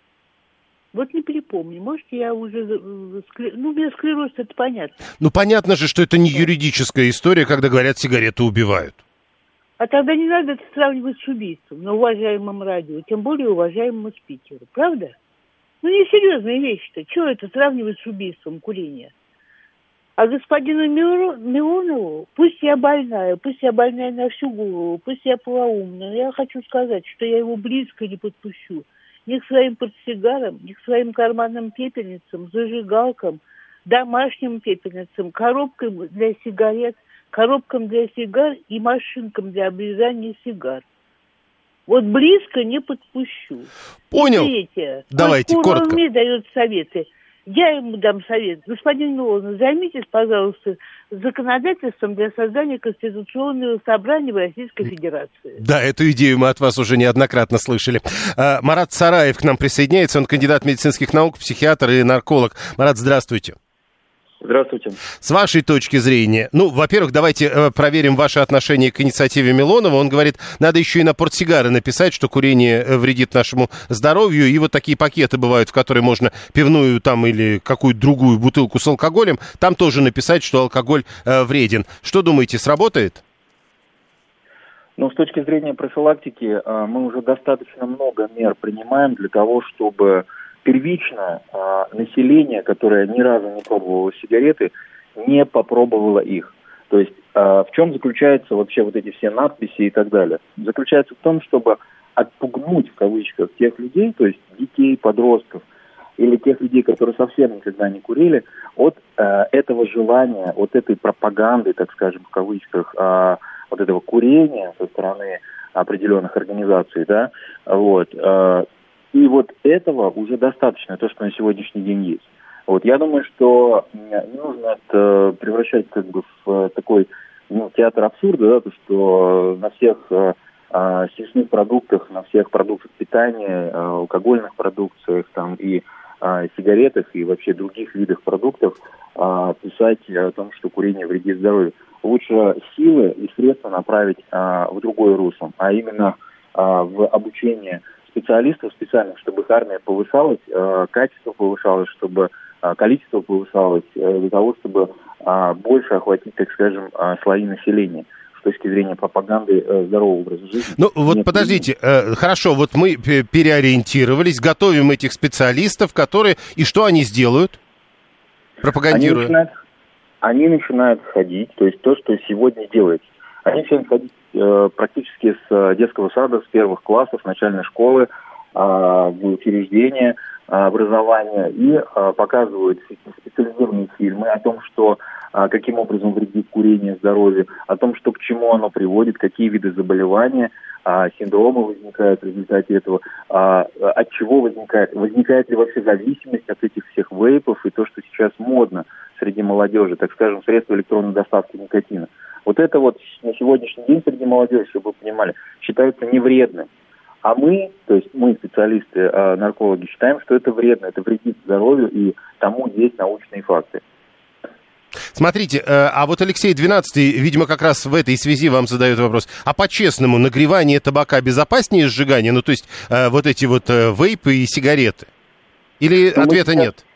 Вот не припомню. Может, я уже... Ну, без склероз это понятно. Ну, понятно же, что это не юридическая история, когда говорят, сигареты убивают. А тогда не надо это сравнивать с убийством на уважаемом радио, тем более уважаемому спикеру. Правда? Ну, несерьезная вещь-то. Чего это сравнивать с убийством курения? А господину Милонову, пусть я больная, пусть я больная на всю голову, пусть я полоумная, но я хочу сказать, что я его близко не подпущу. Ни к своим портсигарам, ни к своим карманным пепельницам, зажигалкам, домашним пепельницам, коробкам для сигарет, коробкам для сигар и машинкам для обрезания сигар. Вот близко не подпущу. Понял. Видите, давайте, коротко. Мне дает советы. Я ему дам совет. Господин Милонов, займитесь, пожалуйста, законодательством для создания Конституционного собрания в Российской Федерации. Да, эту идею мы от вас уже неоднократно слышали. Марат Сараев к нам присоединяется. Он кандидат медицинских наук, психиатр и нарколог. Марат, здравствуйте. Здравствуйте. С вашей точки зрения, ну, во-первых, давайте э, проверим ваше отношение к инициативе Милонова. Он говорит, надо еще и на портсигары написать, что курение вредит нашему здоровью. И вот такие пакеты бывают, в которые можно пивную там или какую-то другую бутылку с алкоголем. Там тоже написать, что алкоголь э, вреден. Что думаете, сработает? Ну, с точки зрения профилактики, э, мы уже достаточно много мер принимаем для того, чтобы... Первично э, население, которое ни разу не пробовало сигареты, не попробовало их. То есть э, в чем заключаются вообще вот эти все надписи и так далее? Заключается в том, чтобы отпугнуть, в кавычках, тех людей, то есть детей, подростков, или тех людей, которые совсем никогда не курили, от э, этого желания, от этой пропаганды, так скажем, в кавычках, э, вот этого курения со стороны определенных организаций, да, вот, э, и вот этого уже достаточно, то, что на сегодняшний день есть. Вот, я думаю, что не нужно это превращать как бы в такой, ну, театр абсурда, да, то, что на всех э, э, съестных продуктах, на всех продуктах питания, э, алкогольных продукциях там, и э, сигаретах, и вообще других видах продуктов э, писать о том, что курение вредит здоровью. Лучше силы и средства направить э, в другое русло, а именно э, в обучение специалистов специальных, чтобы их армия повышалась, э, качество повышалось, чтобы э, количество повышалось, э, для того, чтобы э, больше охватить, так скажем, э, слои населения с точки зрения пропаганды э, здорового образа жизни. Ну вот Нет, подождите, э, хорошо, вот мы переориентировались, готовим этих специалистов, которые, и что они сделают, пропагандируя? Они начинают, они начинают ходить, то есть то, что сегодня делается. Они начинают ходить э, практически с детского сада, с первых классов, начальной школы, э, в учреждения э, образования и э, показывают специализированные фильмы о том, что э, каким образом вредит курение здоровью, о том, что к чему оно приводит, какие виды заболевания, э, синдромы возникают в результате этого, э, от чего возникает, возникает ли вообще зависимость от этих всех вейпов и то, что сейчас модно среди молодежи, так скажем, средства электронной доставки никотина. Вот это вот на сегодняшний день среди молодежи, чтобы вы понимали, считается невредным. А мы, то есть мы, специалисты, э, наркологи, считаем, что это вредно, это вредит здоровью, и тому есть научные факты. Смотрите, э, а вот Алексей двенадцатый, видимо, как раз в этой связи вам задает вопрос. А по-честному, нагревание табака безопаснее сжигания? Ну, то есть э, вот эти вот э, вейпы и сигареты? Или ну, ответа мы нет?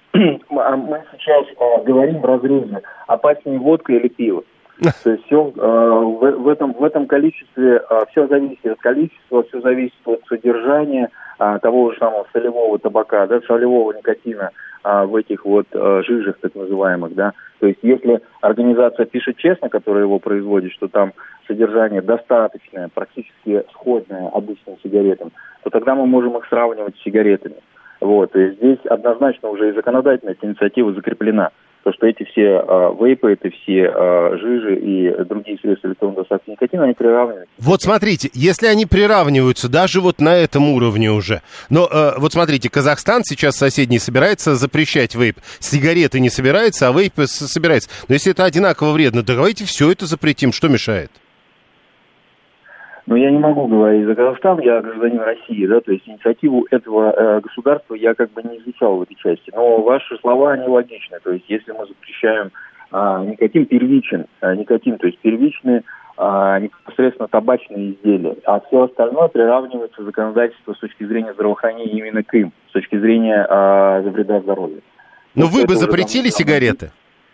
Мы сейчас э, говорим в разрезе, опаснее водка или пиво. То есть все э, в, в, этом, в этом количестве, э, все зависит от количества, все зависит от содержания э, того же самого солевого табака, да, солевого никотина э, в этих вот э, жижах так называемых, да. То есть если организация пишет честно, которая его производит, что там содержание достаточное, практически сходное обычным сигаретам, то тогда мы можем их сравнивать с сигаретами. Вот, и здесь однозначно уже и законодательная инициатива закреплена. То, что эти все э, вейпы, это все э, жижи и другие средства электронной доставки никотина, они приравниваются. Вот смотрите, если они приравниваются даже вот на этом уровне уже, но э, вот смотрите, Казахстан сейчас соседний собирается запрещать вейп, сигареты не собирается, а вейпы собирается. Но если это одинаково вредно, давайте все это запретим, что мешает? Но я не могу говорить за Казахстан, я гражданин России, да, то есть инициативу этого э, государства я как бы не изучал в этой части. Но ваши слова, они логичны, то есть если мы запрещаем э, никотин первичен, э, никотин, то есть первичные э, непосредственно табачные изделия, а все остальное приравнивается законодательство с точки зрения здравоохранения именно к им, с точки зрения э, вреда здоровью. Но вы бы запретили сигареты?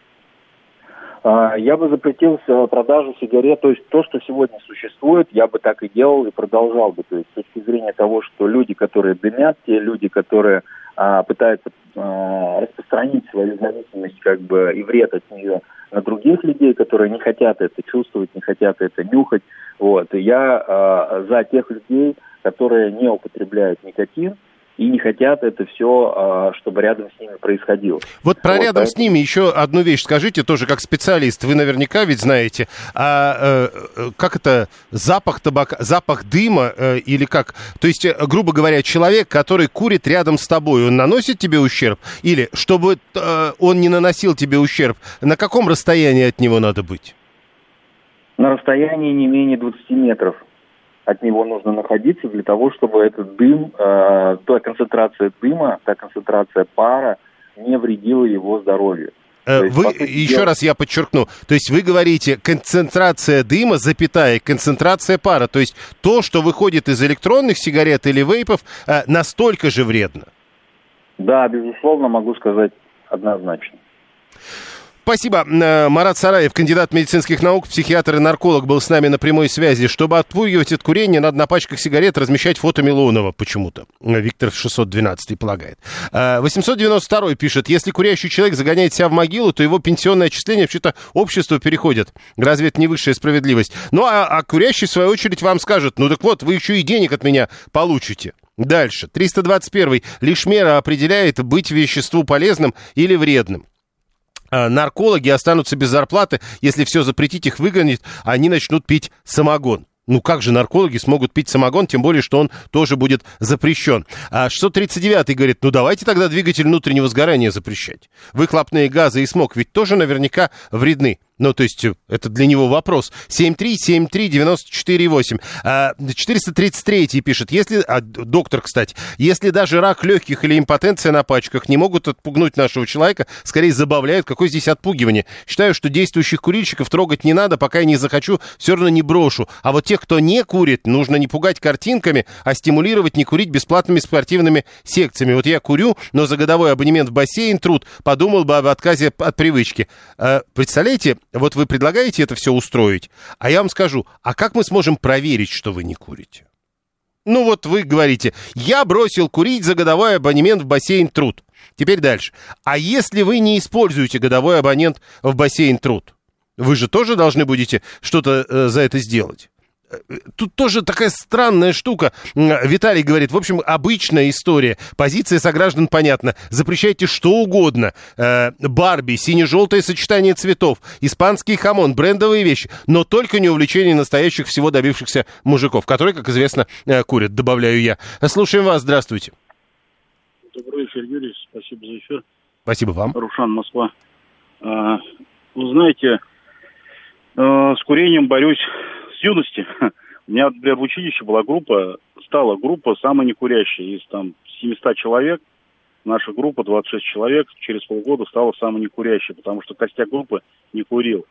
Я бы запретил продажу сигарет, то есть то, что сегодня существует, я бы так и делал и продолжал бы. То есть с точки зрения того, что люди, которые дымят, те люди, которые а, пытаются а, распространить свою зависимость как бы и вред от нее на других людей, которые не хотят это чувствовать, не хотят это нюхать. Вот. И я а, за тех людей, которые не употребляют никотин и не хотят это все, чтобы рядом с ними происходило. Вот про вот, рядом поэтому... с ними еще одну вещь скажите, тоже как специалист. Вы наверняка ведь знаете, а, э, как это, запах табака, запах дыма э, или как? То есть, э, грубо говоря, человек, который курит рядом с тобой, он наносит тебе ущерб? Или чтобы э, он не наносил тебе ущерб, на каком расстоянии от него надо быть? На расстоянии не менее двадцати метров. От него нужно находиться для того, чтобы этот дым, э, та концентрация дыма, та концентрация пара не вредила его здоровью. Э, есть, вы, сути, еще дела... раз я подчеркну, то есть вы говорите концентрация дыма, запятая, концентрация пара, то есть то, что выходит из электронных сигарет или вейпов, э, настолько же вредно? Да, безусловно, могу сказать однозначно. Спасибо. Марат Сараев, кандидат медицинских наук, психиатр и нарколог, был с нами на прямой связи. Чтобы отпугивать от курения, надо на пачках сигарет размещать фото Милонова почему-то. Виктор шестьсот двенадцатый полагает. восемьсот девяносто второй пишет, если курящий человек загоняет себя в могилу, то его пенсионное отчисление вообще-то обществу переходит. Разве это не высшая справедливость? Ну, а, а курящий, в свою очередь, вам скажет, ну так вот, вы еще и денег от меня получите. Дальше. триста двадцать первый. Лишь мера определяет, быть веществу полезным или вредным. Наркологи останутся без зарплаты, если все запретить, их выгонят, они начнут пить самогон. Ну как же наркологи смогут пить самогон, тем более, что он тоже будет запрещен. А шестьсот тридцать девятый говорит, ну давайте тогда двигатель внутреннего сгорания запрещать. Выхлопные газы и смог ведь тоже наверняка вредны. Ну, то есть, это для него вопрос. семь три семь три девяносто четыре восемь. А, четыреста тридцать третий пишет, если, а, доктор, кстати, если даже рак легких или импотенция на пачках не могут отпугнуть нашего человека, скорее забавляют, какое здесь отпугивание. Считаю, что действующих курильщиков трогать не надо, пока я не захочу, все равно не брошу. А вот тех, кто не курит, нужно не пугать картинками, а стимулировать не курить бесплатными спортивными секциями. Вот я курю, но за годовой абонемент в бассейн труд, подумал бы об отказе от привычки. А, представляете, вот вы предлагаете это все устроить, а я вам скажу, а как мы сможем проверить, что вы не курите? Ну вот вы говорите, я бросил курить за годовой абонемент в бассейн труд. Теперь дальше. А если вы не используете годовой абонент в бассейн труд, вы же тоже должны будете что-то э, за это сделать. Тут тоже такая странная штука. Виталий говорит, в общем, обычная история. Позиция сограждан понятна. Запрещайте что угодно. Э, Барби, сине-желтое сочетание цветов, испанский хамон, брендовые вещи. Но только не увлечение настоящих, всего добившихся мужиков, которые, как известно, э, курят, добавляю я. Слушаем вас, здравствуйте. Добрый вечер, Юрий. Спасибо за эфир. Спасибо вам. Рушан, Москва. А, вы знаете, а, с курением борюсь с юности. У меня, например, в училище была группа, стала группа самая некурящая. Из там семьсот человек, наша группа, двадцать шесть человек, через полгода стала самой некурящей, потому что костяк группы не курил.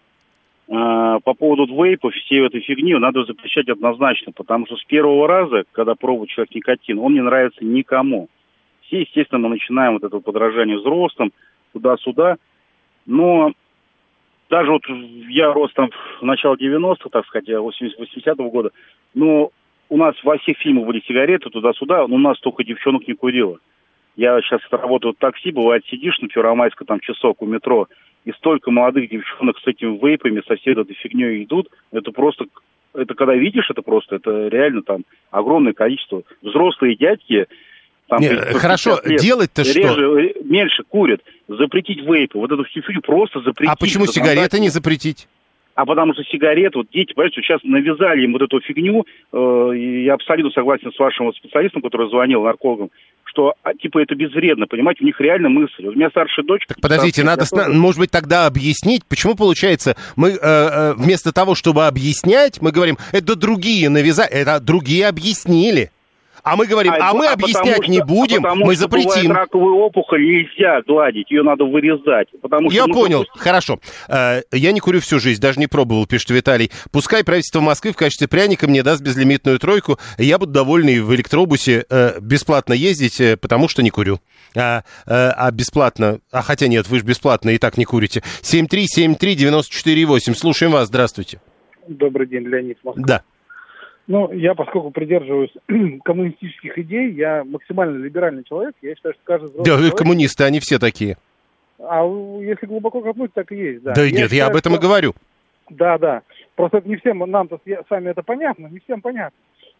А, по поводу вейпов, всей этой фигни, надо запрещать однозначно, потому что с первого раза, когда пробует человек никотин, он не нравится никому. Все, естественно, мы начинаем вот это подражание взрослым, туда-сюда, но... Даже вот я рос там в начале девяностых, так сказать, восьмидесятого года, но у нас во всех фильмах были сигареты туда-сюда, но у нас только девчонок не курило. Я сейчас работаю в такси, бывает, сидишь на Первомайской там часок у метро, и столько молодых девчонок с этими вейпами, со всей этой фигней идут, это просто, это когда видишь, это просто, это реально там огромное количество. Взрослые дядьки, там, Не, хорошо, лет, делать-то реже, что? Меньше курят. Запретить вейпы. Вот эту всю фигню просто запретить. А почему сигареты не запретить? А потому что сигареты, вот дети, понимаете, сейчас навязали им вот эту фигню, э, и я абсолютно согласен с вашим вот специалистом, который звонил, наркологом, что, а, типа, это безвредно, понимаете, у них реально мысль. Вот у меня старшая дочка... Так подождите, надо, тоже... может быть, тогда объяснить, почему, получается, мы э, э, вместо того, чтобы объяснять, мы говорим, это другие навязали, это другие объяснили. А мы говорим, а, а мы а объяснять что, не будем, а мы запретим. Потому что раковую опухоль нельзя гладить, ее надо вырезать. Потому я что понял, допустим... хорошо. Э, я не курю всю жизнь, даже не пробовал, пишет Виталий. Пускай правительство Москвы в качестве пряника мне даст безлимитную тройку, я буду довольный в электробусе э, бесплатно ездить, э, потому что не курю. А, э, а бесплатно, а хотя нет, вы же бесплатно и так не курите. семь три семь три девяносто четыре восемь, слушаем вас, здравствуйте. Добрый день, Леонид, Москва. Да. Ну, я, поскольку придерживаюсь коммунистических идей, я максимально либеральный человек, я считаю, что каждый взрослый Да, человек... коммунисты, они все такие. А если глубоко копнуть, так и есть, да. Да я нет, считаю, я об этом что... и говорю. Да, да. Просто не всем, нам-то с вами это понятно, не всем понятно.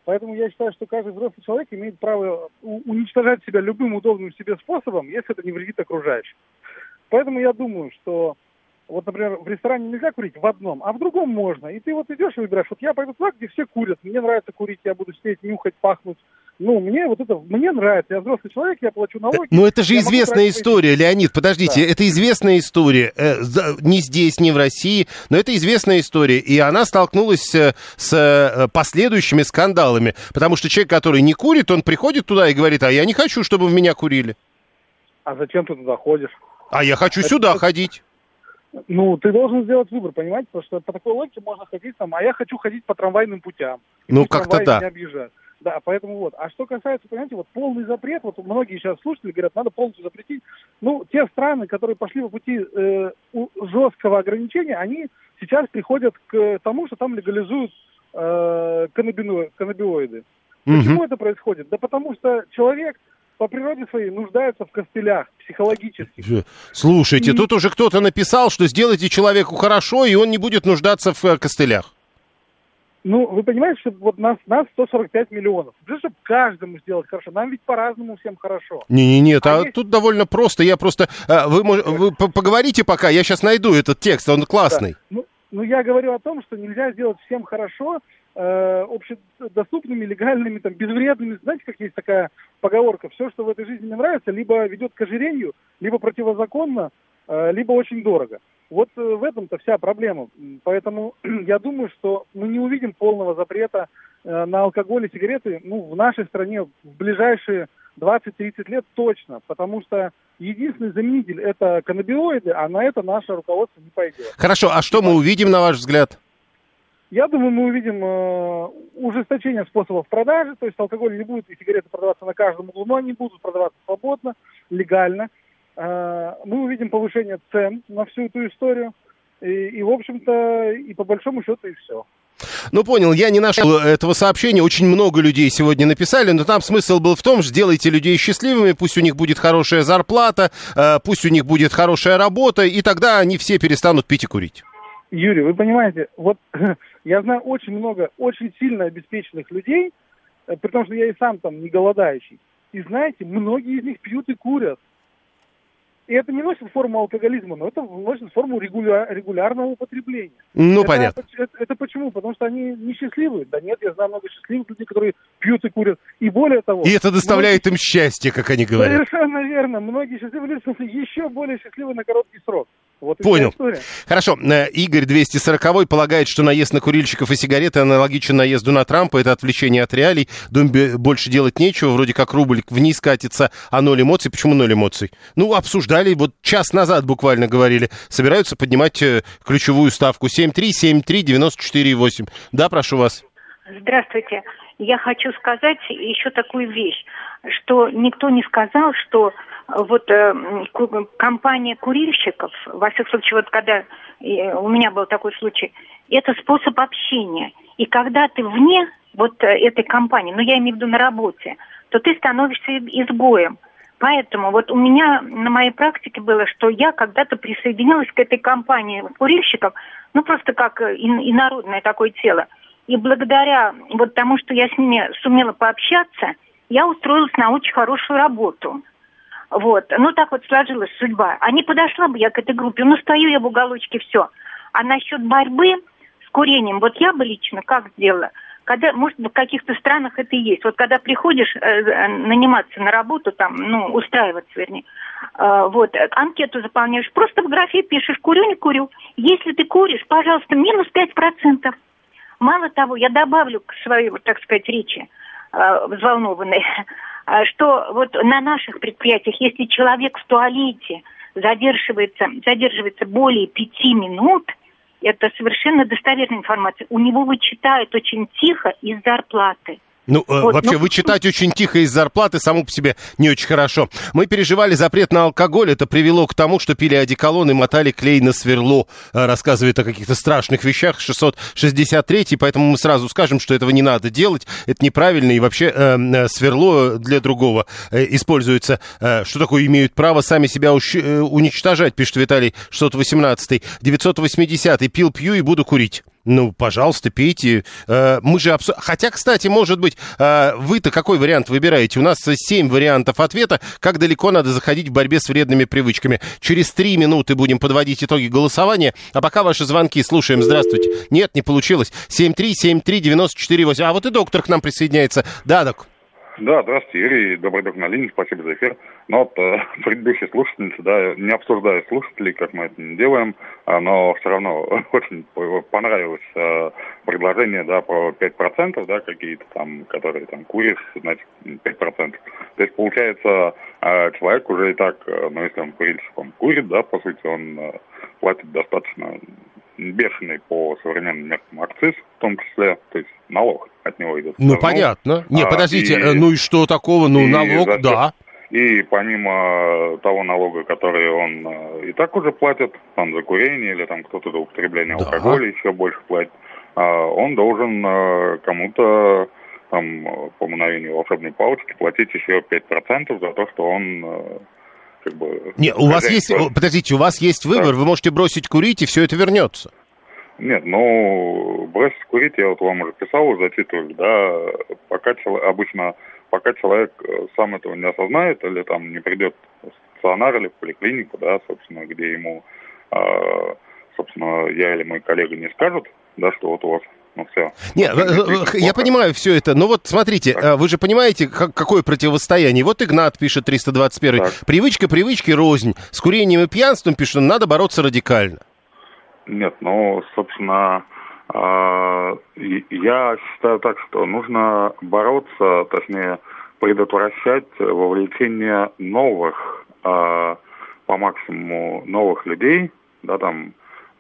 Поэтому я считаю, что каждый взрослый человек имеет право уничтожать себя любым удобным себе способом, если это не вредит окружающим. Поэтому я думаю, что вот, например, в ресторане нельзя курить в одном, а в другом можно. И ты вот идешь и выбираешь, вот я пойду туда, где все курят, мне нравится курить, я буду сидеть, нюхать, пахнуть. Ну, мне вот это, мне нравится, я взрослый человек, я плачу налоги. Ну, это же известная история, свои... Леонид, подождите, да. Это известная история, э, не здесь, не в России, но это известная история, и она столкнулась э, с э, последующими скандалами, потому что человек, который не курит, он приходит туда и говорит, а я не хочу, чтобы в меня курили. А зачем ты туда ходишь? А я хочу это, сюда это... ходить. Ну, ты должен сделать выбор, понимаете, потому что по такой логике можно ходить там, а я хочу ходить по трамвайным путям. Ну, как-то да. Меня объезжают. Да, поэтому вот. А что касается, понимаете, вот полный запрет, вот многие сейчас слушатели говорят, надо полностью запретить. Ну, те страны, которые пошли по пути э, жесткого ограничения, они сейчас приходят к тому, что там легализуют э, каннабиоиды. Mm-hmm. Почему это происходит? Да потому что человек по природе своей нуждается в костылях психологических. Слушайте, и... тут уже кто-то написал, что сделайте человеку хорошо, и он не будет нуждаться в костылях. Ну, вы понимаете, что вот нас, нас сто сорок пять миллионов. Для чтобы каждому сделать хорошо. Нам ведь по-разному всем хорошо. Не-не-не, а, а есть... тут довольно просто. Я просто... Вы, вы поговорите пока, я сейчас найду этот текст, он классный. Да. Ну, ну, я говорю о том, что нельзя сделать всем хорошо, э, общедоступными, легальными, там, безвредными. Знаете, как есть такая поговорка? Все, что в этой жизни не нравится, либо ведет к ожирению, либо противозаконно, э, либо очень дорого. Вот в этом-то вся проблема. Поэтому я думаю, что мы не увидим полного запрета э, на алкоголь и сигареты, ну, в нашей стране в ближайшие двадцать-тридцать лет точно. Потому что единственный заменитель – это каннабиоиды, а на это наше руководство не пойдет. Хорошо, а что мы увидим, на ваш взгляд? Я думаю, мы увидим э, ужесточение способов продажи, то есть алкоголь не будет и сигареты продаваться на каждом углу, но они будут продаваться свободно, легально. Мы увидим повышение цен на всю эту историю. И, и, в общем-то, и по большому счету, и все. Ну, понял, я не нашел этого сообщения. Очень много людей сегодня написали, но там смысл был в том, что сделайте людей счастливыми, пусть у них будет хорошая зарплата, пусть у них будет хорошая работа, и тогда они все перестанут пить и курить. Юрий, вы понимаете, вот я знаю очень много очень сильно обеспеченных людей, при том, что я и сам там не голодающий. И знаете, многие из них пьют и курят. И это не носит форму алкоголизма, но это носит форму регуля... регулярного употребления. Ну, это, понятно. Это, это, это почему? Потому что они несчастливые. Да нет, я знаю много счастливых людей, которые пьют и курят. И более того... И это доставляет многие... им счастье, как они говорят. Совершенно верно. Многие счастливые люди, в смысле, еще более счастливы на короткий срок. Вот понял. Хорошо. Игорь двести сороковой полагает, что наезд на курильщиков и сигареты аналогичен наезду на Трампа. Это отвлечение от реалий. Думаю, больше делать нечего. Вроде как рубль вниз катится, а ноль эмоций. Почему ноль эмоций? Ну, обсуждали, вот час назад буквально говорили. Собираются поднимать ключевую ставку. семь три семь три девяносто четыре восемь. Да, прошу вас. Здравствуйте. Я хочу сказать еще такую вещь, что никто не сказал, что вот э, компания курильщиков, во всяком случае, вот когда э, у меня был такой случай, это способ общения. И когда ты вне вот э, этой компании, ну я имею в виду на работе, то ты становишься изгоем. Поэтому вот у меня на моей практике было, что я когда-то присоединилась к этой компании курильщиков, ну просто как инородное такое тело. И благодаря вот тому, что я с ними сумела пообщаться, я устроилась на очень хорошую работу. Вот. Ну, так вот сложилась судьба. А не подошла бы я к этой группе, ну, стою я в уголочке, все. А насчет борьбы с курением, вот я бы лично как сделала? Когда, может, в каких-то странах это и есть. Вот когда приходишь э, наниматься на работу, там, ну, устраиваться, вернее, э, вот, анкету заполняешь, просто в графе пишешь, курю, не курю. Если ты куришь, пожалуйста, минус пять процентов. Мало того, я добавлю к своей, вот, так сказать, речи э, взволнованной, что вот на наших предприятиях, если человек в туалете задерживается, задерживается более пяти минут, это совершенно достоверная информация, у него вычитают очень тихо из зарплаты. Ну, вот, вообще, но... вычитать очень тихо из зарплаты само по себе не очень хорошо. Мы переживали запрет на алкоголь. Это привело к тому, что пили одеколон и мотали клей на сверло. Рассказывает о каких-то страшных вещах. шестьсот шестьдесят три, поэтому мы сразу скажем, что этого не надо делать. Это неправильно. И вообще э, сверло для другого э, используется. Э, что такое имеют право сами себя уш... э, уничтожать, пишет Виталий шестьсот восемнадцатый. девятьсот восьмидесятый. Пил, пью и буду курить. Ну, пожалуйста, пейте. Мы же обсу... Хотя, кстати, может быть, вы-то какой вариант выбираете? У нас семь вариантов ответа, как далеко надо заходить в борьбе с вредными привычками. Через три минуты будем подводить итоги голосования. А пока ваши звонки слушаем. Здравствуйте. Нет, не получилось. семь три семь три девяносто четыре восемь. А вот и доктор к нам присоединяется. Да, док. Да, здравствуйте, Юрий, добрый док на линии, спасибо за эфир. Но вот э, предыдущие слушательницы, да, не обсуждая слушателей, как мы это не делаем, а, но все равно очень понравилось э, предложение, да, про пять процентов, да, какие-то там, которые там куришь, значит, пять процентов. То есть, получается, э, человек уже и так, э, ну, если он курильщиком курит, да, по сути, он э, платит достаточно бешеный по современным меркам акциз, в том числе, то есть налог от него идет. Ну, понятно. Не, а, подождите, и, ну и что такого? Ну, и налог, счет, да. И помимо того налога, который он и так уже платит, там, за курение или там кто-то за употребление да. алкоголя еще больше платит, он должен кому-то там по мгновению волшебной палочки платить еще пять процентов за то, что он... Как бы, не, у вас есть, просто... подождите, у вас есть выбор, да. Вы можете бросить курить, и все это вернется. Нет, ну, бросить курить, я вот вам уже писал, зачитывали, да, пока человек, обычно, пока человек сам этого не осознает, или там не придет в стационар или в поликлинику, да, собственно, где ему, э, собственно, я или мой коллега не скажут, да, что вот у вас... Ну, все. Нет, я понимаю все это, но вот смотрите, так. Вы же понимаете, как, какое противостояние. Вот Игнат пишет, триста двадцать первый, так. Привычка, привычки, рознь. С курением и пьянством, пишет, надо бороться радикально. Нет, ну, собственно, я считаю так, что нужно бороться, точнее, предотвращать вовлечение новых, по максимуму новых людей, да, там,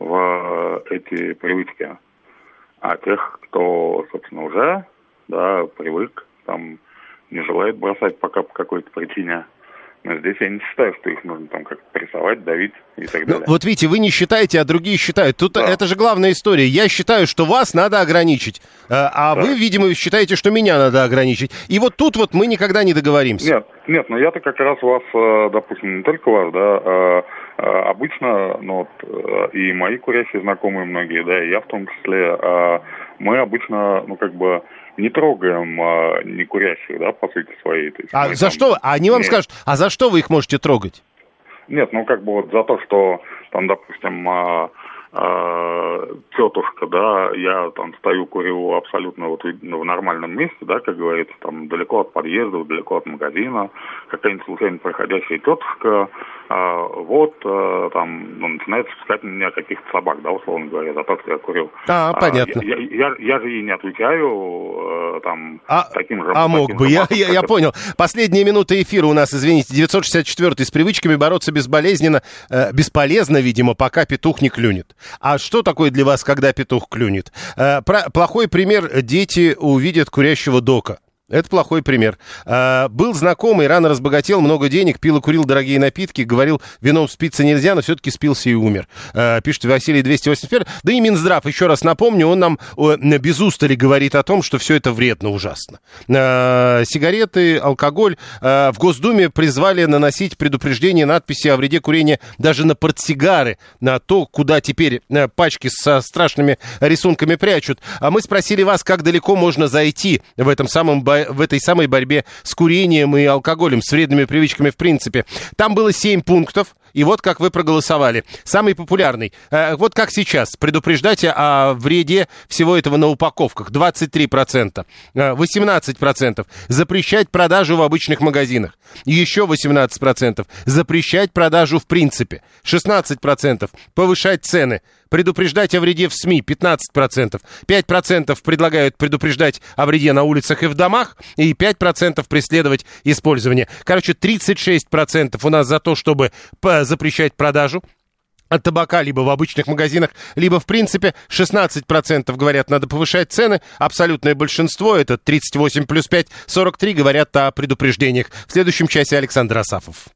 в эти привычки. А тех, кто, собственно, уже, да, привык, там, не желает бросать пока по какой-то причине. Но здесь я не считаю, что их нужно там как-то прессовать, давить и так далее. Ну, вот видите, вы не считаете, а другие считают. Тут да. Это же главная история. Я считаю, что вас надо ограничить, а да. Вы, видимо, считаете, что меня надо ограничить. И вот тут вот мы никогда не договоримся. Нет, нет, но я-то как раз вас, допустим, не только вас, да, обычно, ну вот, и мои курящие знакомые многие, да, и я в том числе, мы обычно, ну, как бы, не трогаем а, не курящих, да, по сути своей. То есть а за там... что? А они вам Нет. скажут, а за что вы их можете трогать? Нет, ну, как бы вот за то, что, там, допустим, а, а, тетушка, да, я там стою, курю абсолютно вот в нормальном месте, да, как говорится, там, далеко от подъезда, далеко от магазина, какая-нибудь случайно проходящая тетушка, а, вот, а, там, ну, начинает спускать на меня каких-то собак, да, условно говоря, за то, что я курил. А, понятно. А, я, я, я же ей не отвечаю, там, а, таким же... А мог таким бы, же я, матом, я, я понял. Последняя минута эфира у нас, извините, девятьсот шестьдесят четвёртый, с привычками бороться безболезненно, э, бесполезно, видимо, пока петух не клюнет. А что такое для вас, когда петух клюнет? Э, про, плохой пример, дети увидят курящего дока. Это плохой пример. А, был знакомый, рано разбогател, много денег, пил и курил дорогие напитки, говорил, вином спиться нельзя, но все-таки спился и умер. А, пишет Василий двести восемьдесят один. Да и Минздрав, еще раз напомню, он нам о, без устали говорит о том, что все это вредно ужасно. А, сигареты, алкоголь. А, в Госдуме призвали наносить предупреждение, надписи о вреде курения даже на портсигары, на то, куда теперь а, пачки со страшными рисунками прячут. А мы спросили вас, как далеко можно зайти в этом самом в этой самой борьбе с курением и алкоголем, с вредными привычками в принципе. Там было семь пунктов, и вот как вы проголосовали. Самый популярный, э, вот как сейчас, предупреждайте о вреде всего этого на упаковках, двадцать три процента, э, восемнадцать процентов запрещать продажу в обычных магазинах, еще восемнадцать процентов запрещать продажу в принципе, шестнадцать процентов повышать цены, предупреждать о вреде в СМИ, пятнадцать процентов, пять процентов предлагают предупреждать о вреде на улицах и в домах, и пять процентов преследовать использование. Короче, тридцать шесть процентов у нас за то, чтобы запрещать продажу от табака либо в обычных магазинах, либо в принципе. Шестнадцать процентов говорят, надо повышать цены. Абсолютное большинство, это тридцать восемь плюс пять, сорок три, говорят о предупреждениях. В следующем часе Александр Асафов.